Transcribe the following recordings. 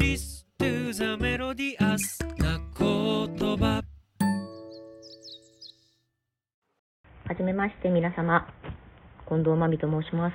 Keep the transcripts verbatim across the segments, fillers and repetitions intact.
Listen to the melodious な言葉。 はじめまして皆様、近藤真美と申します。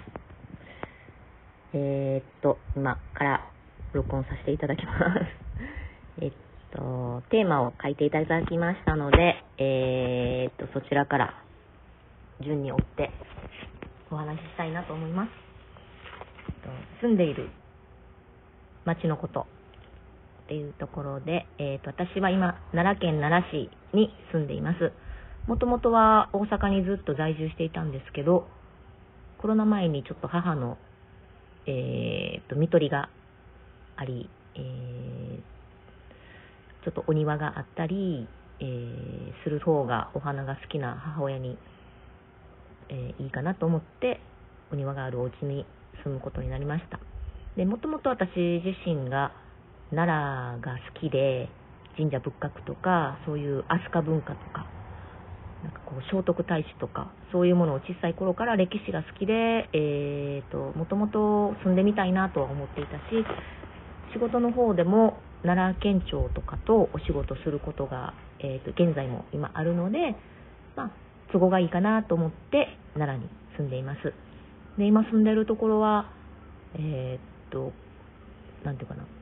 えー、っと今から録音させていただきますえっとテーマを書いていただきましたので、えー、っとそちらから順に追ってお話ししたいなと思います。住んでいる町のことっていうところで、えー、と私は今奈良県奈良市に住んでいます。もともとは大阪にずっと在住していたんですけど、コロナ前にちょっと母の、えー、と看取りがあり、えー、ちょっとお庭があったり、えー、する方がお花が好きな母親に、えー、いいかなと思ってお庭があるお家に住むことになりました。で、もともと私自身が奈良が好きで、神社仏閣とかそういう飛鳥文化とか、なんかこう聖徳太子とかそういうものを小さい頃から歴史が好きで、えーともともと住んでみたいなとは思っていたし、仕事の方でも奈良県庁とかとお仕事することが、えーと現在も今あるので、まあ都合がいいかなと思って奈良に住んでいます。で、今住んでるところはえー、っとなんていうかな、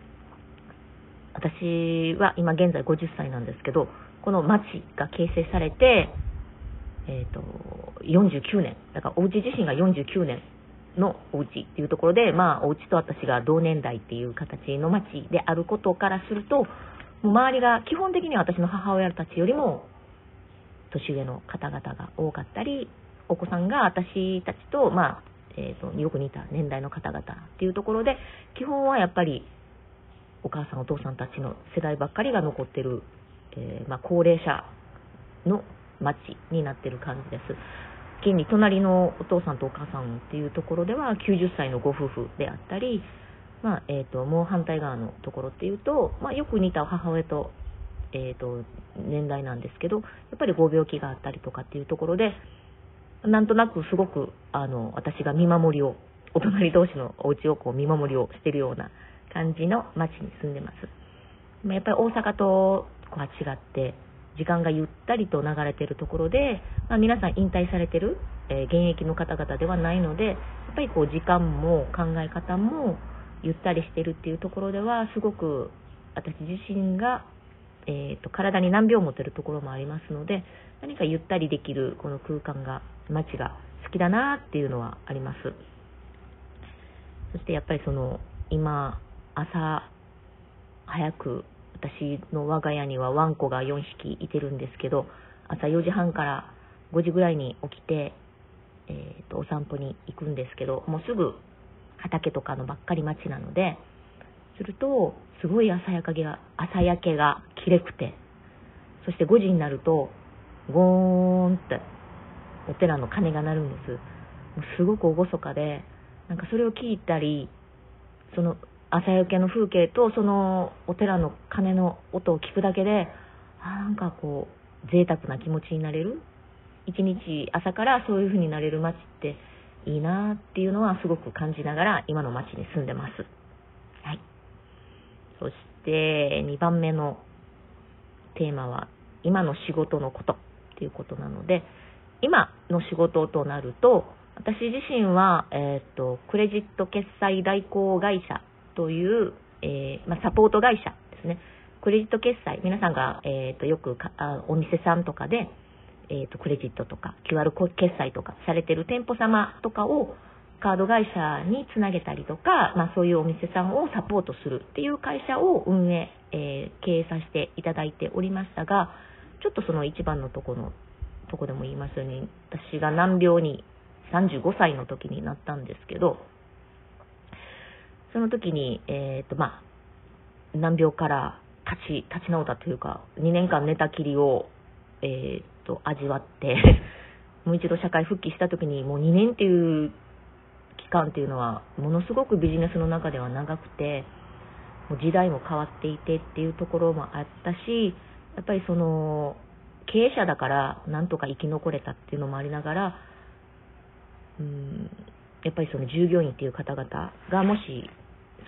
私は今現在ごじゅっさいなんですけど、この町が形成されて、えー、っとよんじゅうきゅうねんだから、お家自身がよんじゅうきゅうねんのお家っていうところで、まあお家と私が同年代っていう形の町であることからすると、もう周りが基本的には私の母親たちよりも年上の方々が多かったり、お子さんが私たちとまあえー、とよく似た年代の方々っていうところで、基本はやっぱりお母さんお父さんたちの世代ばっかりが残ってる、えーまあ、高齢者の町になってる感じです。現に隣のお父さんとお母さんっていうところではきゅうじゅっさいのご夫婦であったり、まあえー、ともう反対側のところっていうと、まあ、よく似た母親と,、えー、と年代なんですけど、やっぱりご病気があったりとかっていうところで、なんとなくすごくあの私が見守りを、お隣同士のお家をこう見守りをしているような感じの町に住んでます。やっぱり大阪とは違って時間がゆったりと流れているところで、まあ、皆さん引退されてる、えー、現役の方々ではないので、やっぱりこう時間も考え方もゆったりしてるっていうところでは、すごく私自身がえー、と体に難病を持てるところもありますので、何かゆったりできるこの空間が、街が好きだなっていうのはあります。そしてやっぱりその今朝早く、私の我が家にはワンコがよんひきいてるんですけど、朝よじはんからごじぐらいに起きて、えー、とお散歩に行くんですけど、もうすぐ畑とかのばっかり街なので、するとすごい朝焼けが朝焼けがきれくて、そしてごじになるとゴーンってお寺の鐘が鳴るんです。もうすごく厳かで、なんかそれを聞いたり、その朝焼けの風景とそのお寺の鐘の音を聞くだけで、あ、なんかこう贅沢な気持ちになれる、一日朝からそういう風になれる街っていいなっていうのはすごく感じながら今の街に住んでます。はい。そしてにばんめのテーマは今の仕事のことっていうことなので、今の仕事となると、私自身は、えー、とクレジット決済代行会社という、えーまあ、サポート会社ですね。クレジット決済、皆さんが、えー、とよくかあお店さんとかで、えー、とクレジットとか キューアール 決済とかされている店舗様とかをカード会社につなげたりとか、まあ、そういうお店さんをサポートするっていう会社を運営、えー、経営させていただいておりましたが、ちょっとその一番のとこのとこでも言いますように、私が難病にさんじゅうごさいの時になったんですけど、その時に、えーとまあ、難病から立ち立ち直ったというか、にねんかん寝たきりを、えー、と味わってもう一度社会復帰した時に、もうにねんっていう期間っていうのはものすごくビジネスの中では長くて、もう時代も変わっていてっていうところもあったし、やっぱりその経営者だからなんとか生き残れたっていうのもありながら、うーんやっぱりその従業員っていう方々がもし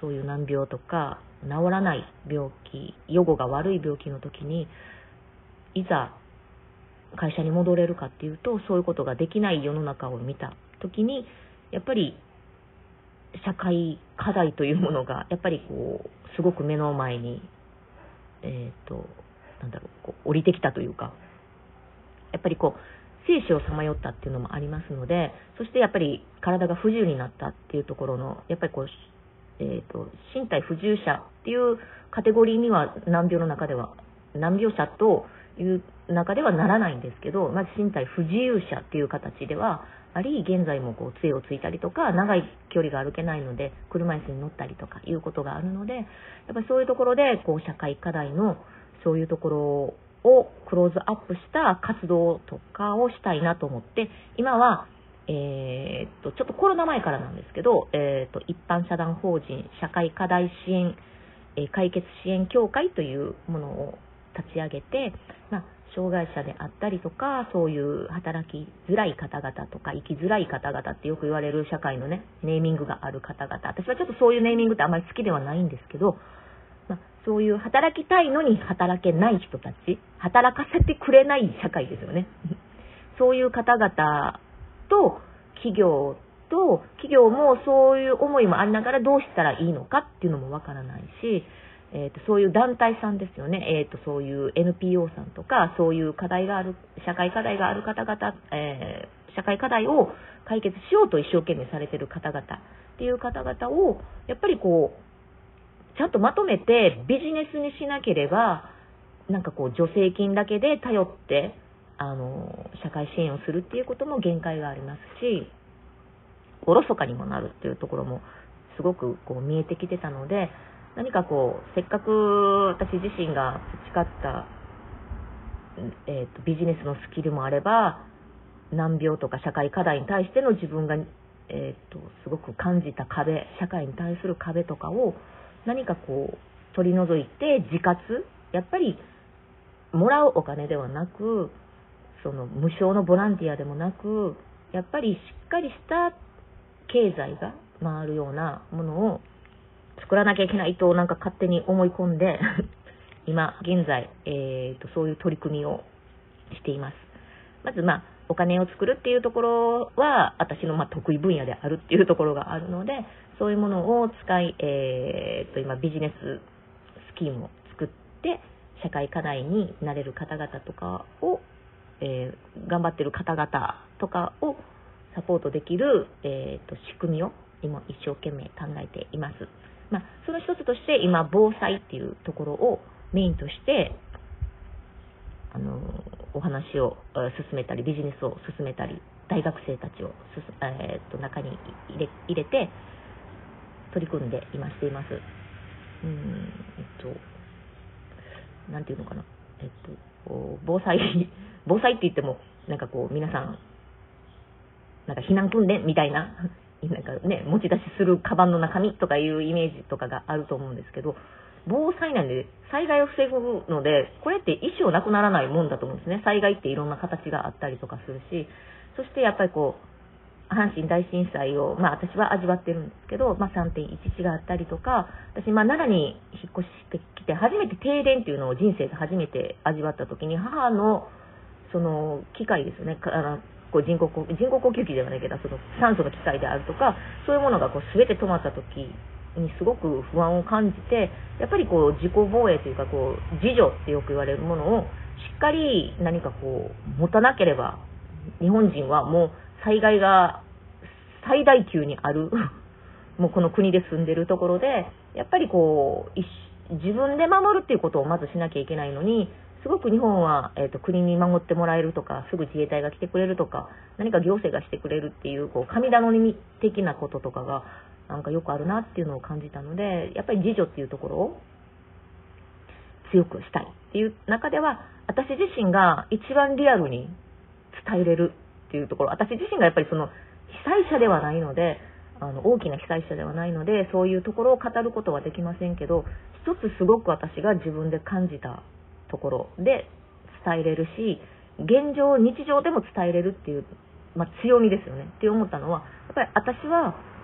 そういう難病とか治らない病気、予後が悪い病気の時にいざ会社に戻れるかっていうと、そういうことができない世の中を見た時に、やっぱり社会課題というものがやっぱりこうすごく目の前にえっとなんだろう、こう降りてきたというか、やっぱりこう生死をさまよったっていうのもありますので、そしてやっぱり体が不自由になったっていうところの、やっぱりこう、えーと、身体不自由者っていうカテゴリーには難病の中では、難病者という中ではならないんですけど、まず身体不自由者っていう形ではあり、現在もこう杖をついたりとか、長い距離が歩けないので車椅子に乗ったりとかいうことがあるので、やっぱりそういうところでこう社会課題のそういうところをクローズアップした活動とかをしたいなと思って、今は、えー、っとちょっとコロナ前からなんですけど、えー、っと一般社団法人社会課題支援、えー、解決支援協会というものを立ち上げて、まあ、障害者であったりとか、そういう働きづらい方々とか生きづらい方々ってよく言われる社会のね、ネーミングがある方々、私はちょっとそういうネーミングってあまり好きではないんですけど、まあ、そういう働きたいのに働けない人たち、働かせてくれない社会ですよね。そういう方々と企業と、企業もそういう思いもありながらどうしたらいいのかっていうのもわからないし、えー、とそういう団体さんですよね、えー、とそういう エヌピーオー さんとか、そういう課題がある、社会課題がある方々、えー、社会課題を解決しようと一生懸命されている方々っていう方々をやっぱりこうちゃんとまとめてビジネスにしなければ、なんかこう助成金だけで頼ってあの社会支援をするっていうことも限界がありますし、おろそかにもなるっていうところもすごくこう見えてきてたので、何かこうせっかく私自身が培った、えーと、ビジネスのスキルもあれば、難病とか社会課題に対しての自分が、えーと、すごく感じた壁、社会に対する壁とかを何かこう取り除いて、自活、やっぱりもらうお金ではなく、その無償のボランティアでもなく、やっぱりしっかりした経済が回るようなものを作らなきゃいけないとなんか勝手に思い込んで今現在、えーと、そういう取り組みをしています。まずまあお金を作るっていうところは私のまあ得意分野であるっていうところがあるので、そういうものを使い、えーと、今ビジネススキームを作って社会課題になれる方々とかを、えー、頑張ってる方々とかをサポートできる、えーと、仕組みを今一生懸命考えています。まあ、その一つとして今防災っていうところをメインとしてあのお話を進めたり、ビジネスを進めたり、大学生たちをすす、えー、と中に入れ、入れて取り組んで今しています。うーんえっとなんていうのかな、えっと防災防災って言ってもなんかこう皆さんなんか避難訓練みたいななんかね、持ち出しするカバンの中身とかいうイメージとかがあると思うんですけど、防災なんで災害を防ぐので、これって一生なくならないもんだと思うんですね。災害っていろんな形があったりとかするし、そしてやっぱりこう阪神大震災を、まあ、私は味わってるんですけど、まあ、さんてんいちいちがあったりとか、私、まあ、奈良に引っ越してきて初めて停電っていうのを人生で初めて味わった時に、母のその機械ですよね、あのこう人工呼人工呼吸器ではないけど、その酸素の機械であるとか、そういうものがこう全て止まった時にすごく不安を感じて、やっぱりこう自己防衛というか、こう自助ってよく言われるものをしっかり何かこう持たなければ、日本人はもう災害が最大級にあるもうこの国で住んでるところで、やっぱりこう自分で守るっていうことをまずしなきゃいけないのに、すごく日本は、えーと、国に守ってもらえるとか、すぐ自衛隊が来てくれるとか、何か行政がしてくれるっていう、こう神頼み的なこととかがなんかよくあるなっていうのを感じたので、やっぱり自助っていうところを強くしたいっていう中では、私自身が一番リアルに伝えれるっていうところ、私自身がやっぱりその被災者ではないので、あの大きな被災者ではないので、そういうところを語ることはできませんけど、一つすごく私が自分で感じたところで伝えれるし、現状日常でも伝えれるっていう、まあ、強みですよねって思ったのは、やっぱり私は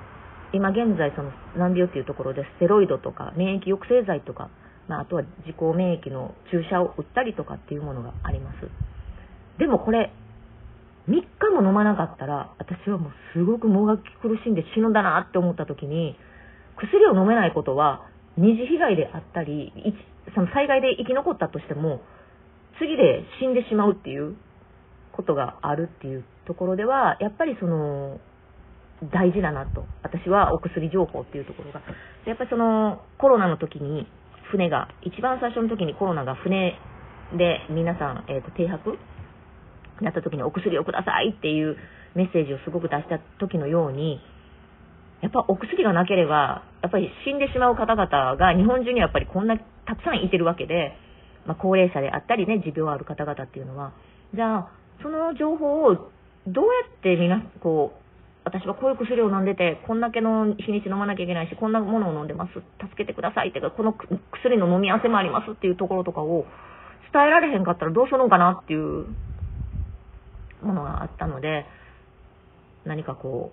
今現在その難病っていうところでステロイドとか免疫抑制剤とか、まあ、あとは自己免疫の注射を打ったりとかっていうものがあります。でもこれみっかも飲まなかったら私はもうすごくもがき苦しんで死ぬんだなって思った時に、薬を飲めないことは二次被害であったり、その災害で生き残ったとしても次で死んでしまうっていうことがあるっていうところでは、やっぱりその大事だなと、私はお薬情報っていうところが、やっぱりそのコロナの時に船が一番最初の時にコロナが船で皆さん、えーと停泊になった時にお薬をくださいっていうメッセージをすごく出した時のように、やっぱお薬がなければやっぱり死んでしまう方々が日本中にはやっぱりこんなたくさんいてるわけで、まあ、高齢者であったりね、持病ある方々っていうのは、じゃあその情報をどうやってみなこう、私はこういう薬を飲んでてこんだけの日にち飲まなきゃいけないし、こんなものを飲んでます、助けてくださいってか、この薬の飲み合わせもありますっていうところとかを伝えられへんかったらどうするのかなっていうものがあったので、何かこ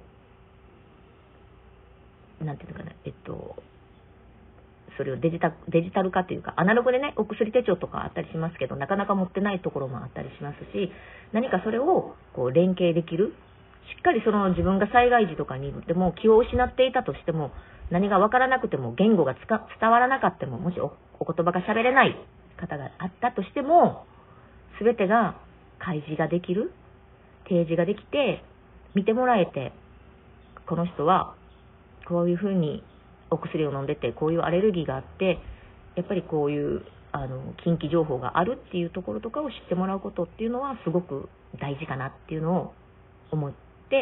うなんていうのかな、えっとそれをデジタデジタル化というか、アナログでねお薬手帳とかあったりしますけど、なかなか持ってないところもあったりしますし、何かそれをこう連携できる、しっかりその自分が災害時とかにでも気を失っていたとしても、何が分からなくても言語がつか伝わらなかったも、もし お, お言葉が喋れない方があったとしても、全てが開示ができる、提示ができて見てもらえて、この人はこういうふうにお薬を飲んでてこういうアレルギーがあって、やっぱりこういうあの近畿情報があるっていうところとかを知ってもらうことっていうのはすごく大事かなっていうのを思って、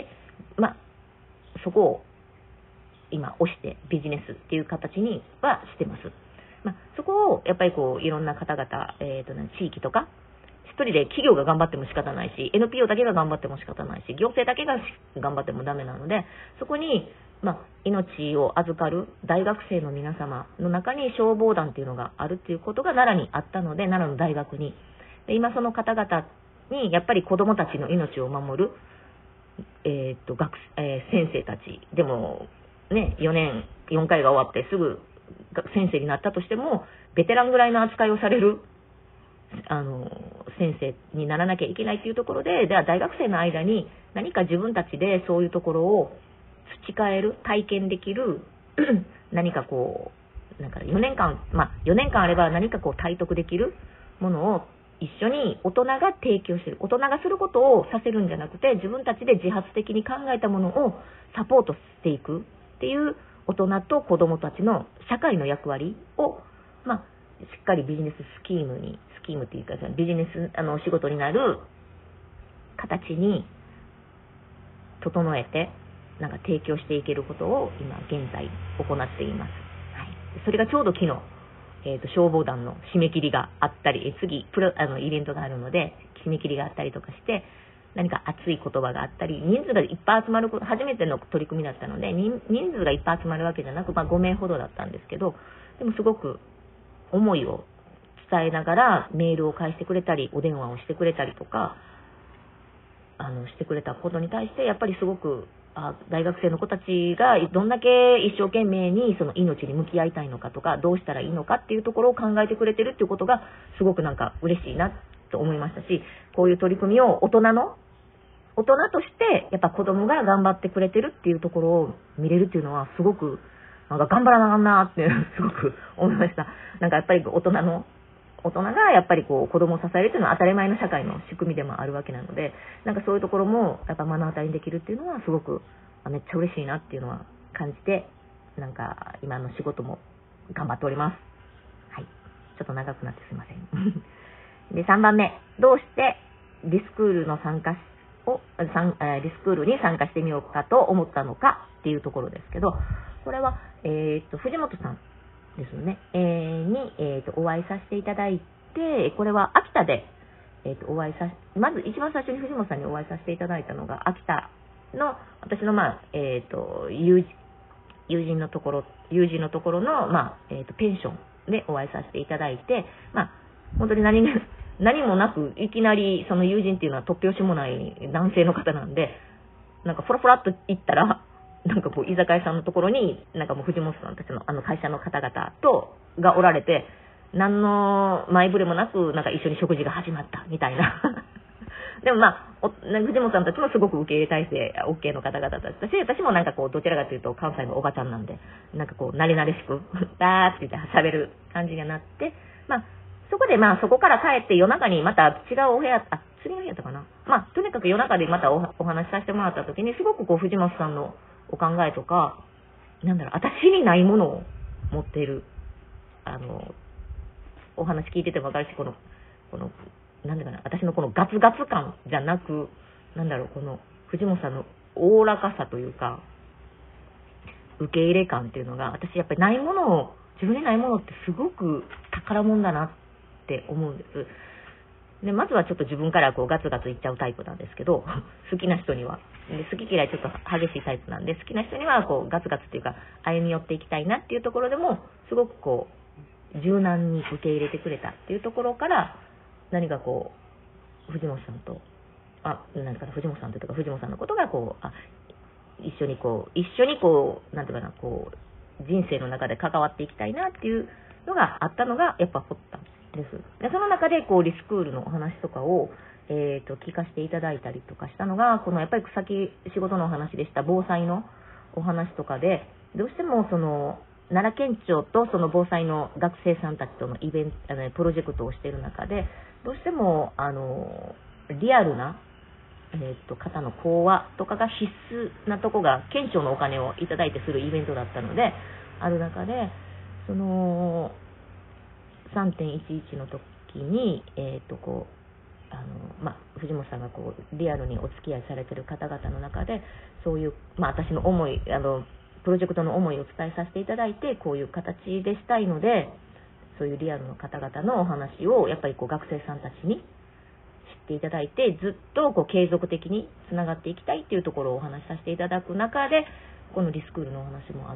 まあそこを今推してビジネスっていう形にはしてます。まあ、そこをやっぱりこういろんな方々、えーとね、地域とか一人で企業が頑張っても仕方ないし、 エヌピーオー だけが頑張っても仕方ないし、行政だけが頑張ってもダメなので、そこに、まあ、命を預かる大学生の皆様の中に消防団っていうのがあるっていうことが奈良にあったので、奈良の大学にで今その方々にやっぱり子どもたちの命を守る、えーと学えー、先生たちでもね、よねんよんかいが終わってすぐ先生になったとしても、ベテランぐらいの扱いをされるあの先生にならなきゃいけないっていうところで、では大学生の間に何か自分たちでそういうところを培える、体験できる何かこうなんかよねんかん、まあよねんかんあれば何かこう体得できるものを一緒に大人が提供してる、大人がすることをさせるんじゃなくて、自分たちで自発的に考えたものをサポートしていくっていう大人と子どもたちの社会の役割を、まあ、しっかりビジネススキームにスキームっていうかビジネスあの仕事になる形に整えてなんか提供していけることを今現在行っています。はい、それがちょうど昨日、えーと、消防団の締め切りがあったり、次プロあのイベントがあるので締め切りがあったりとかして、何か熱い言葉があったり、人数がいっぱい集まること、初めての取り組みだったので 人, 人数がいっぱい集まるわけじゃなく、まあ、ごめいほどだったんですけど、でもすごく思いを伝えながらメールを返してくれたり、お電話をしてくれたりとかあのしてくれたことに対して、やっぱりすごくあ大学生の子たちがどんだけ一生懸命にその命に向き合いたいのかとか、どうしたらいいのかっていうところを考えてくれてるっていうことがすごくなんか嬉しいなと思いましたし、こういう取り組みを大人の大人としてやっぱ子供が頑張ってくれてるっていうところを見れるっていうのはすごくなんか頑張らなあかんなってすごく思いました。なんかやっぱり大人の大人がやっぱりこう子供を支えるっていうのは当たり前の社会の仕組みでもあるわけなので、なんかそういうところもやっぱ目の当たりにできるっていうのはすごくめっちゃ嬉しいなっていうのは感じて、なんか今の仕事も頑張っております。はい、ちょっと長くなってすいません。でさんばんめ、どうしてディスクールの参加をディスクールに参加してみようかと思ったのかっていうところですけど、これは、えー、と藤本さんですよね、えー、に、えー、とお会いさせていただいて、これは秋田で、えー、とお会いさまず一番最初に藤本さんにお会いさせていただいたのが秋田の私の、まあえー、と 友, 友人のところ友人のところの、まあえー、とペンションでお会いさせていただいて、まあ本当に何何もなくいきなりその友人っていうのは突拍子もない男性の方なんで、なんかフラフラっと行ったらなんかこう居酒屋さんのところになんかもう藤本さんたちのあの会社の方々とがおられて、何の前触れもなくなんか一緒に食事が始まったみたいなでもまあお藤本さんたちもすごく受け入れ体制 OK の方々だったし、私もなんかこうどちらかというと関西のおばちゃんなんで、なんかこう慣れ慣れしくダーって言って喋る感じになって、まあそこでまあそこから帰って夜中にまた違うお部屋、あ、次の部屋だったかな。まあとにかく夜中でまた お, お話しさせてもらった時にすごくこう藤本さんのお考えとか、なんだろう、私にないものを持っている、あの、お話聞いててもわかるし、この、この、なんだかな、私のこのガツガツ感じゃなく、なんだろう、この藤本さんのおおらかさというか、受け入れ感っていうのが、私やっぱりないものを、自分にないものってすごく宝物だなって思うんです。でまずはちょっと自分からこうガツガツいっちゃうタイプなんですけど、好きな人にはで好き嫌いちょっと激しいタイプなんで、好きな人にはこうガツガツっていうか歩み寄っていきたいなっていうところでもすごくこう柔軟に受け入れてくれたっていうところから、何かこう藤本さんとあ何か藤本さんというか藤本さんのことがこうあ一緒にこう一緒にこうなんていうかなこう人生の中で関わっていきたいなっていうのがあったのがやっぱ掘ったです。でその中でこうリスクールのお話とかを、えー、と聞かせていただいたりとかしたのが、このやっぱりさっき仕事のお話でした防災のお話とかで、どうしてもその奈良県庁とその防災の学生さんたちとのイベントあのプロジェクトをしている中で、どうしてもあのリアルな、えー、と方の講話とかが必須なとこが県庁のお金をいただいてするイベントだったのである中で、そのさんてんいちいち の時に、えーとこうあのまあ、藤本さんがこうリアルにお付き合いされている方々の中で、そういう、まあ、私の思いあのプロジェクトの思いを伝えさせていただいて、こういう形でしたいので、そういうリアルの方々のお話をやっぱりこう学生さんたちに知っていただいて、ずっとこう継続的につながっていきたいっていうところをお話しさせていただく中で、このリスクールのお話もあって、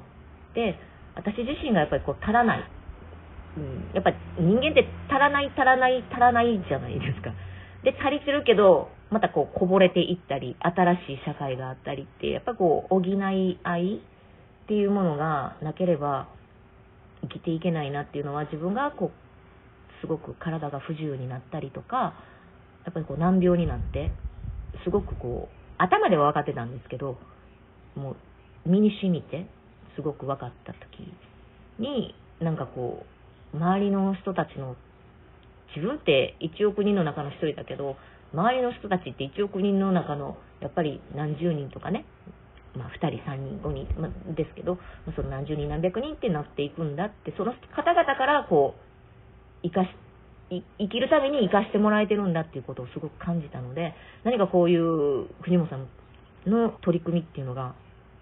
私自身がやっぱりこう足らない、うん、やっぱり人間って足らない足らない足らないじゃないですか。で足りてるけどまたこうこぼれていったり、新しい社会があったりって、やっぱこう補い合いっていうものがなければ生きていけないなっていうのは、自分がこうすごく体が不自由になったりとか、やっぱりこう難病になってすごくこう頭では分かってたんですけど、もう身に染みてすごく分かった時に、なんかこう周りの人たちの、自分っていちおくにんの中の一人だけど、周りの人たちっていちおくにんの中のやっぱり何十人とかね、まあ、ふたりさんにんごにん、まあ、ですけど、その何十人何百人ってなっていくんだって、その方々からこう生かし生きるために生かしてもらえてるんだっていうことをすごく感じたので、何かこういう藤本さんの取り組みっていうのが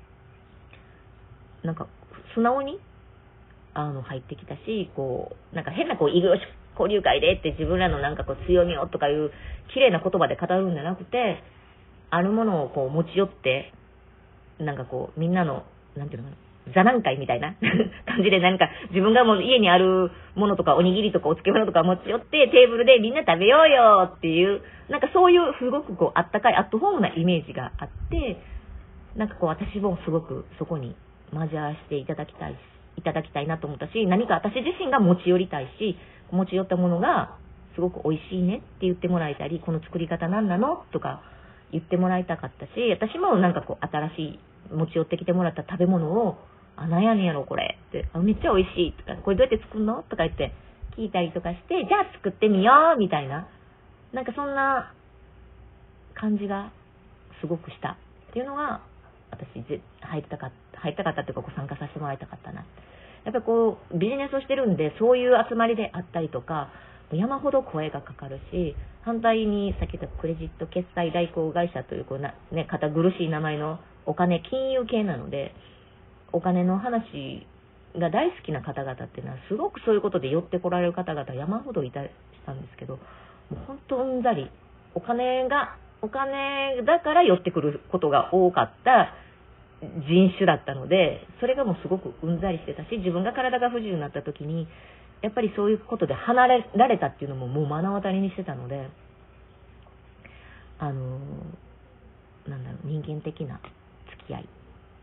なんか素直にあの入ってきたし、こうなんか変なこう異業種交流会でって自分らのなんかこう強みをとかいう綺麗な言葉で語るんじゃなくて、あるものをこう持ち寄って、なんかこうみんなのなんていうのかな、座談会みたいな感じで、なんか自分がもう家にあるものとかおにぎりとかお漬物とか持ち寄ってテーブルでみんな食べようよっていう、なんかそういうすごくこうあったかいアットホームなイメージがあって、なんかこう私もすごくそこに交わしていただきたいいただきたいなと思ったし、何か私自身が持ち寄りたいし、持ち寄ったものがすごく美味しいねって言ってもらえたり、この作り方何なのとか言ってもらいたかったし、私もなんかこう新しい持ち寄ってきてもらった食べ物を、あ、なんやねんやろこれって、あ、めっちゃ美味しいとか、これどうやって作るのとか言って聞いたりとかして、じゃあ作ってみようみたいな、なんかそんな感じがすごくしたっていうのが、私ぜ入りたかった入りたかったっていうか、こう参加させてもらいたかったな。やっぱりこうビジネスをしてるんで、そういう集まりであったりとか、山ほど声がかかるし、反対にさっき言ったクレジット決済代行会社というこうな、ね、堅苦しい名前のお金金融系なので、お金の話が大好きな方々っていうのはすごくそういうことで寄ってこられる方々山ほどいたりしたんですけど、もう本当うんざり、お金がお金だから寄ってくることが多かった人種だったので、それがもうすごくうんざりしてたし、自分が体が不自由になった時にやっぱりそういうことで離れられたっていうのももう目の当たりにしてたので、あのなんだろう、人間的な付き合い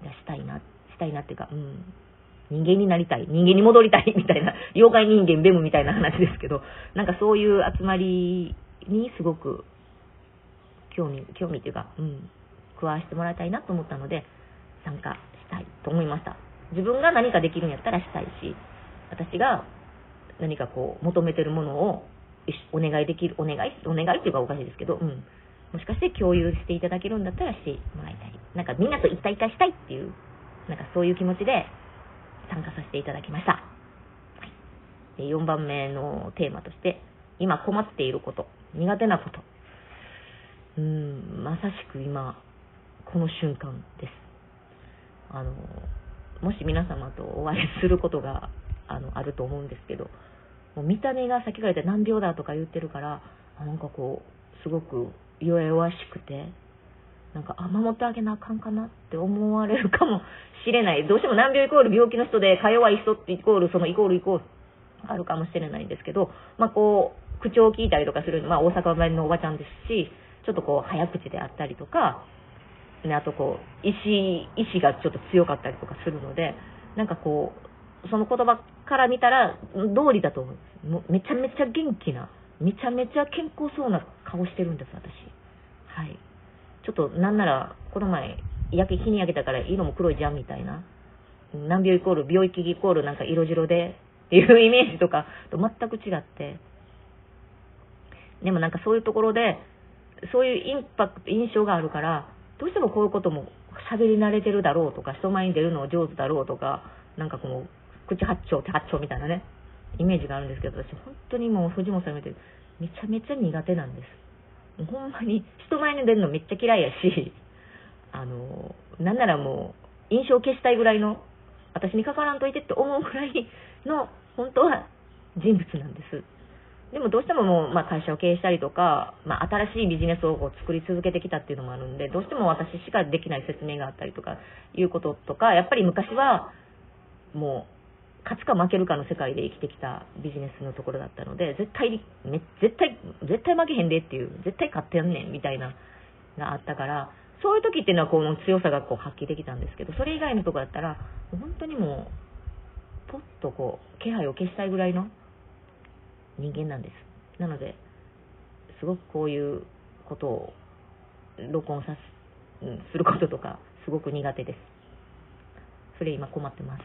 したいな、したいなっていうか、うん、人間になりたい、人間に戻りたいみたいな、妖怪人間ベムみたいな話ですけど、なんかそういう集まりにすごく興味、興味っていうか、うん、加わしてもらいたいなと思ったので、参加したいと思いました。自分が何かできるんやったらしたいし、私が何かこう求めてるものをお願いできる、お願い、お願いっていうかおかしいですけど、うん、もしかして共有していただけるんだったらしてもらいたい。なんかみんなと一体化したいっていう、なんかそういう気持ちで参加させていただきました。はい、でよんばんめのテーマとして、今困っていること、苦手なこと。うーん、まさしく今、この瞬間です。あの、もし皆様とお会いすることが あの、あると思うんですけど、もう見た目が先から言って難病だとか言ってるから、なんかこう、すごく弱々しくて、なんか、あ、守ってあげなあかんかなって思われるかもしれない。どうしても難病イコール病気の人で、か弱い人ってイコール、そのイコールイコールあるかもしれないんですけど、まあこう、口調を聞いたりとかする、まあ大阪弁のおばちゃんですし、ちょっとこう、早口であったりとか、ね、あとこう、意志、意志がちょっと強かったりとかするので、なんかこう、その言葉から見たら、通りだと思うんです。もうめちゃめちゃ元気な、めちゃめちゃ健康そうな顔してるんです、私。はい。ちょっとなんなら、この前、焼け、日に焼けたから色も黒いじゃんみたいな。難病イコール、病気イコールなんか色白で、っていうイメージとかと全く違って。でもなんかそういうところで、そういうインパクト、印象があるから、どうしてもこういうことも喋り慣れてるだろうとか、人前に出るの上手だろうとか、なんかこの、口八丁、手八丁みたいなね、イメージがあるんですけど、私本当にもう藤本さん見てめちゃめちゃ苦手なんです。もうほんまに人前に出るのめっちゃ嫌いやし、あの、なんならもう印象を消したいぐらいの、私にかからんといてって思うぐらいの、本当は人物なんです。でもどうしてももう、まあ、会社を経営したりとか、まあ、新しいビジネスをこう作り続けてきたっていうのもあるんで、どうしても私しかできない説明があったりとかいうこととか、やっぱり昔はもう勝つか負けるかの世界で生きてきたビジネスのところだったので、絶対め絶対絶対負けへんでっていう、絶対勝ってやんねんみたいながあったから、そういう時っていうのはこの強さがこう発揮できたんですけど、それ以外のところだったら本当にもうポッとこう気配を消したいぐらいの人間なんです。なので、すごくこういうことを録音さす、することとか、すごく苦手です。それ今困ってます。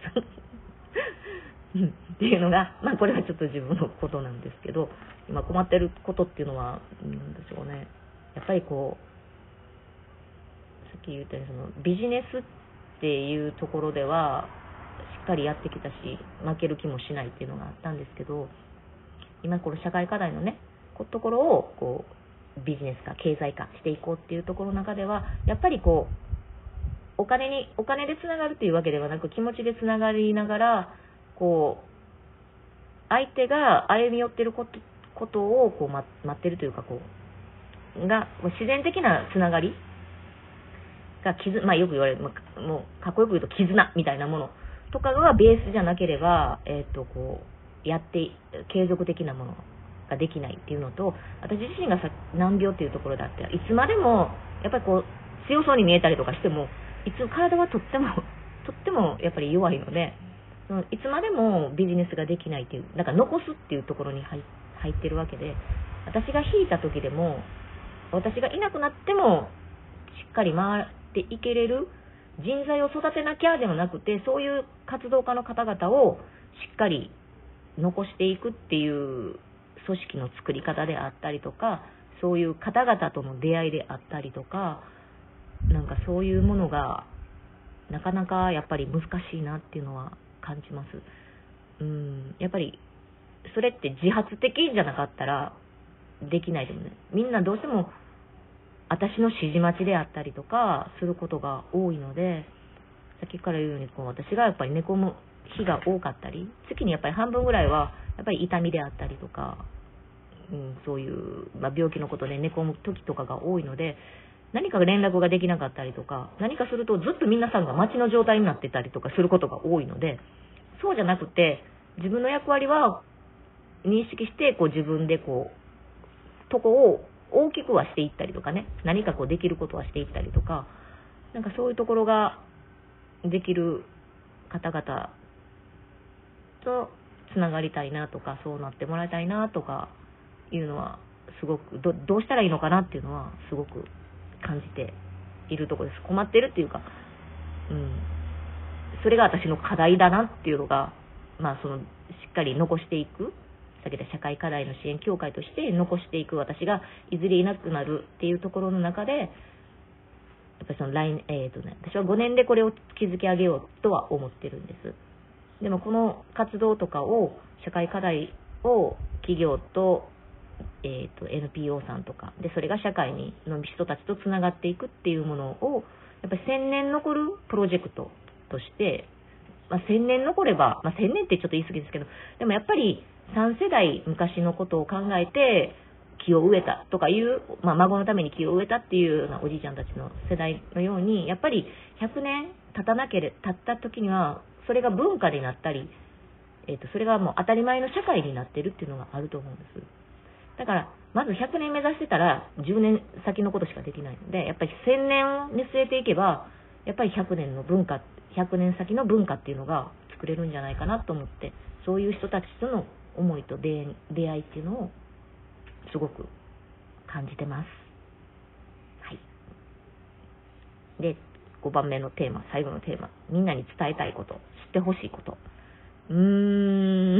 っていうのが、まあこれはちょっと自分のことなんですけど、今困ってることっていうのは、なんでしょうね。やっぱりこう、さっき言ったようにそのビジネスっていうところでは、しっかりやってきたし、負ける気もしないっていうのがあったんですけど、今この社会課題のね、ところをこうビジネス化、経済化していこうっていうところの中では、やっぱりこうお金にお金でつながるっていうわけではなく、気持ちでつながりながら、こう相手が歩み寄ってることことをこう待ってるというか、こうが自然的なつながりが絆、まあよく言われる、もうかっこよく言うと絆みたいなものとかがベースじゃなければ、えっとこうやって継続的なものができないっていうのと、私自身がさ難病っていうところだって、いつまでもやっぱりこう強そうに見えたりとかしても、いつ体はとってもとってもやっぱり弱いので、いつまでもビジネスができないっていう、だから残すっていうところに入ってるわけで、私が引いた時でも、私がいなくなってもしっかり回っていけれる人材を育てなきゃではなくて、そういう活動家の方々をしっかり残していくっていう組織の作り方であったりとか、そういう方々との出会いであったりとか、なんかそういうものがなかなかやっぱり難しいなっていうのは感じます。うん、やっぱりそれって自発的じゃなかったらできないでもね。みんなどうしても私の指示待ちであったりとかすることが多いので、さっきから言うようにこう私がやっぱり寝込む日が多かったり、月にやっぱり半分ぐらいはやっぱり痛みであったりとか、うん、そういう、まあ、病気のことで寝込む時とかが多いので、何か連絡ができなかったりとか、何かするとずっと皆さんが待ちの状態になってたりとかすることが多いので、そうじゃなくて自分の役割は認識してこう自分でこうとこを大きくはしていったりとかね、何かこうできることはしていったりとか、なんかそういうところができる方々とつながりたいなとか、そうなってもらいたいなとかいうのはすごく ど, どうしたらいいのかなっていうのはすごく感じているところです。困ってるっていうか、うん、それが私の課題だなっていうのが、まあそのしっかり残していく、さっき言った社会課題の支援協会として残していく私がいずれいなくなるっていうところの中で、やっぱりその来年、えーとね、私はごねんでこれを築き上げようとは思ってるんです。でもこの活動とかを、社会課題を企業と、えーと エヌピーオー さんとかで、それが社会にの人たちとつながっていくっていうものを、やっぱりせんねん残るプロジェクトとして、まあ、せんねん残れば、まあ、せんねんってちょっと言い過ぎですけど、でもやっぱりさん世代昔のことを考えて木を植えたとかいう、まあ、孫のために木を植えたっていうようなおじいちゃんたちの世代のように、やっぱりひゃくねん経たなければ、経った時にはそれが文化になったり、えーと、それがもう当たり前の社会になってるっていうのがあると思うんです。だからまずひゃくねん目指してたらじゅうねん先のことしかできないので、やっぱりせんねんを見据えていけば、やっぱりひゃくねんの文化、ひゃくねん先の文化っていうのが作れるんじゃないかなと思って、そういう人たちとの思いと出会いっていうのをすごく感じてます。はい。で、ごばんめのテーマ、最後のテーマ、みんなに伝えたいこと、知ってほしいこと。うーん、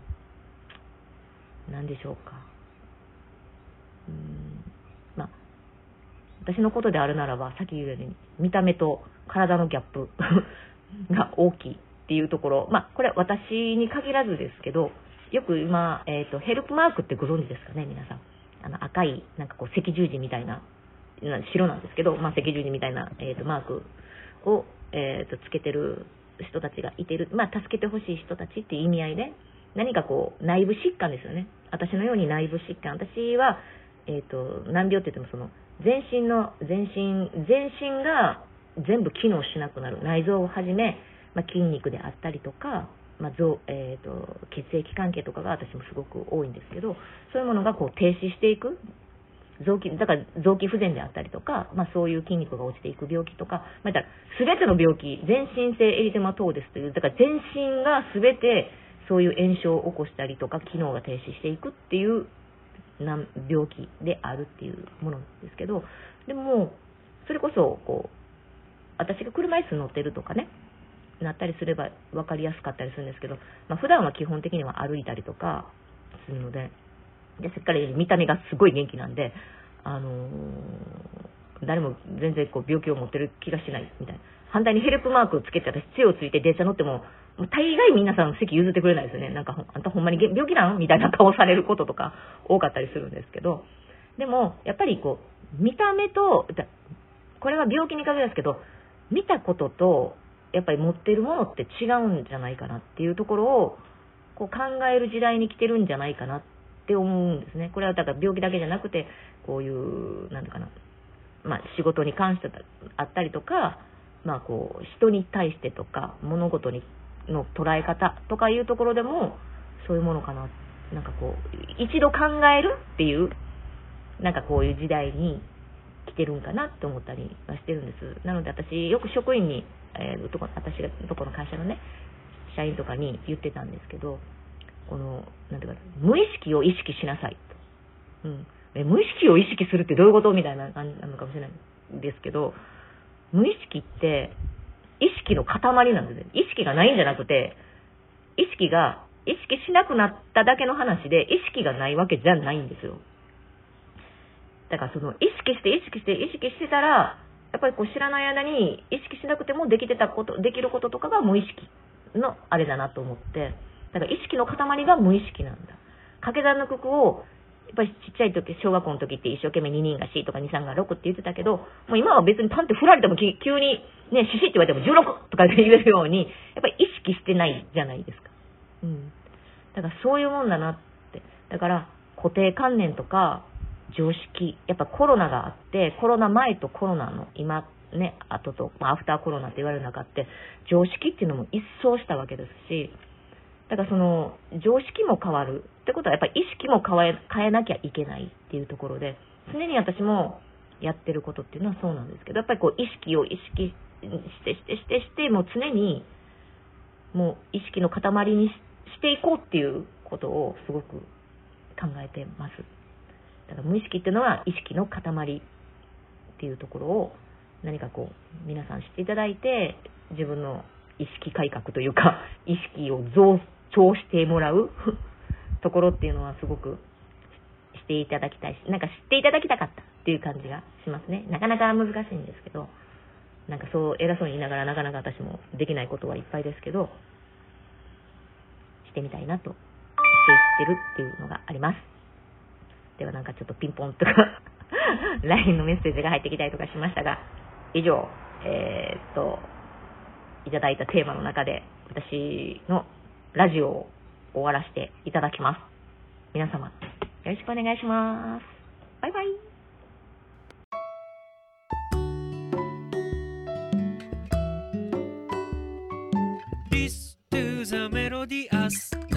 何でしょうか。うーん、まあ、私のことであるならば、さっき言うように見た目と体のギャップが大きいっていうところ、まあこれは私に限らずですけど、よく今、えーと、ヘルプマークってご存知ですかね、皆さん。あの赤いなんかこう赤十字みたいな、白なんですけど、まあ、赤十字みたいな、えーと、マークを、えーと、つけてる人たちがいてる、まあ助けてほしい人たちっていう意味合いで、何かこう内部疾患ですよね。私のように内部疾患、私はえーと難病って言っても、その全身の全身全身が全部機能しなくなる、内臓をはじめ、まあ、筋肉であったりとか、まあ臓えー、と血液関係とかが私もすごく多いんですけど、そういうものがこう停止していく、臓器だから臓器不全であったりとか、まあ、そういう筋肉が落ちていく病気とか、まあ、だ全ての病気、全身性エリテマトーデスという、だから全身が全てそういう炎症を起こしたりとか、機能が停止していくっていう病気であるっていうものですけど、でもそれこそこう私が車椅子に乗ってるとかね、なったりすれば分かりやすかったりするんですけど、まあ、普段は基本的には歩いたりとかするので、でせっかり見た目がすごい元気なんで、あのー、誰も全然こう病気を持ってる気がしないみたいな。反対にヘルプマークをつけて、私杖をついて電車乗っても、もう大概皆さん席譲ってくれないですよね。なんかあんたほんまに病気なのみたいな顔されることとか多かったりするんですけど、でもやっぱりこう見た目と、これは病気に限らずですけど、見たこととやっぱり持っているものって違うんじゃないかなっていうところをこう考える時代に来てるんじゃないかなって思うんですね。これはだから病気だけじゃなくて、こういうなんていうかな、まあ仕事に関してあったりとか、まあこう人に対してとか物事にの捉え方とかいうところでもそういうものかな、なんかこう一度考えるっていう、なんかこういう時代に来てるんかなって思ったりはしてるんです。なので私よく職員に、えー、どこ私がどこの会社のね社員とかに言ってたんですけど、このなんていうか無意識を意識しなさいと、うん、え無意識を意識するってどういうことみたいな感じなのかもしれないんですけど、無意識って意識の塊なんですね。意識がないんじゃなくて、意識が意識しなくなっただけの話で、意識がないわけじゃないんですよ。だからその意識して意識して意識してたら、やっぱりこう知らない間に意識しなくてもできてたこと、できることとかが無意識のあれだなと思って、だから意識の塊が無意識なんだ。掛け算の九九をやっぱりちっちゃい時、小学校の時って一生懸命ににがよんとかにさんがろくって言ってたけど、もう今は別にパンって振られても急にね、ししって言われてもじゅうろくとか言えるように、やっぱり意識してないじゃないですか。うん。だからそういうもんだなって。だから固定観念とか常識、やっぱコロナがあって、コロナ前とコロナの今ね、後と、まあ、アフターコロナって言われる中って、常識っていうのも一掃したわけですし、だからその常識も変わるってことはやっぱり意識も変え、変えなきゃいけないっていうところで、常に私もやってることっていうのはそうなんですけど、やっぱりこう意識を意識してしてしてしてもう常にもう意識の塊に し, していこうっていうことをすごく考えてます。だから無意識っていうのは意識の塊っていうところを何かこう皆さん知っていただいて、自分の意識改革というか意識を増長してもらうところっていうのはすごくしていただきたいし、なんか知っていただきたかったっていう感じがしますね。なかなか難しいんですけど、なんかそう偉そうに言いながらなかなか私もできないことはいっぱいですけど、してみたいなと制してるっていうのがあります。ではなんかちょっとピンポンとかライン のメッセージが入ってきたりとかしましたが、以上、えー、っといただいたテーマの中で私のラジオを終わらせていただきます。皆様よろしくお願いします。バイバイ。 Listen to the melodious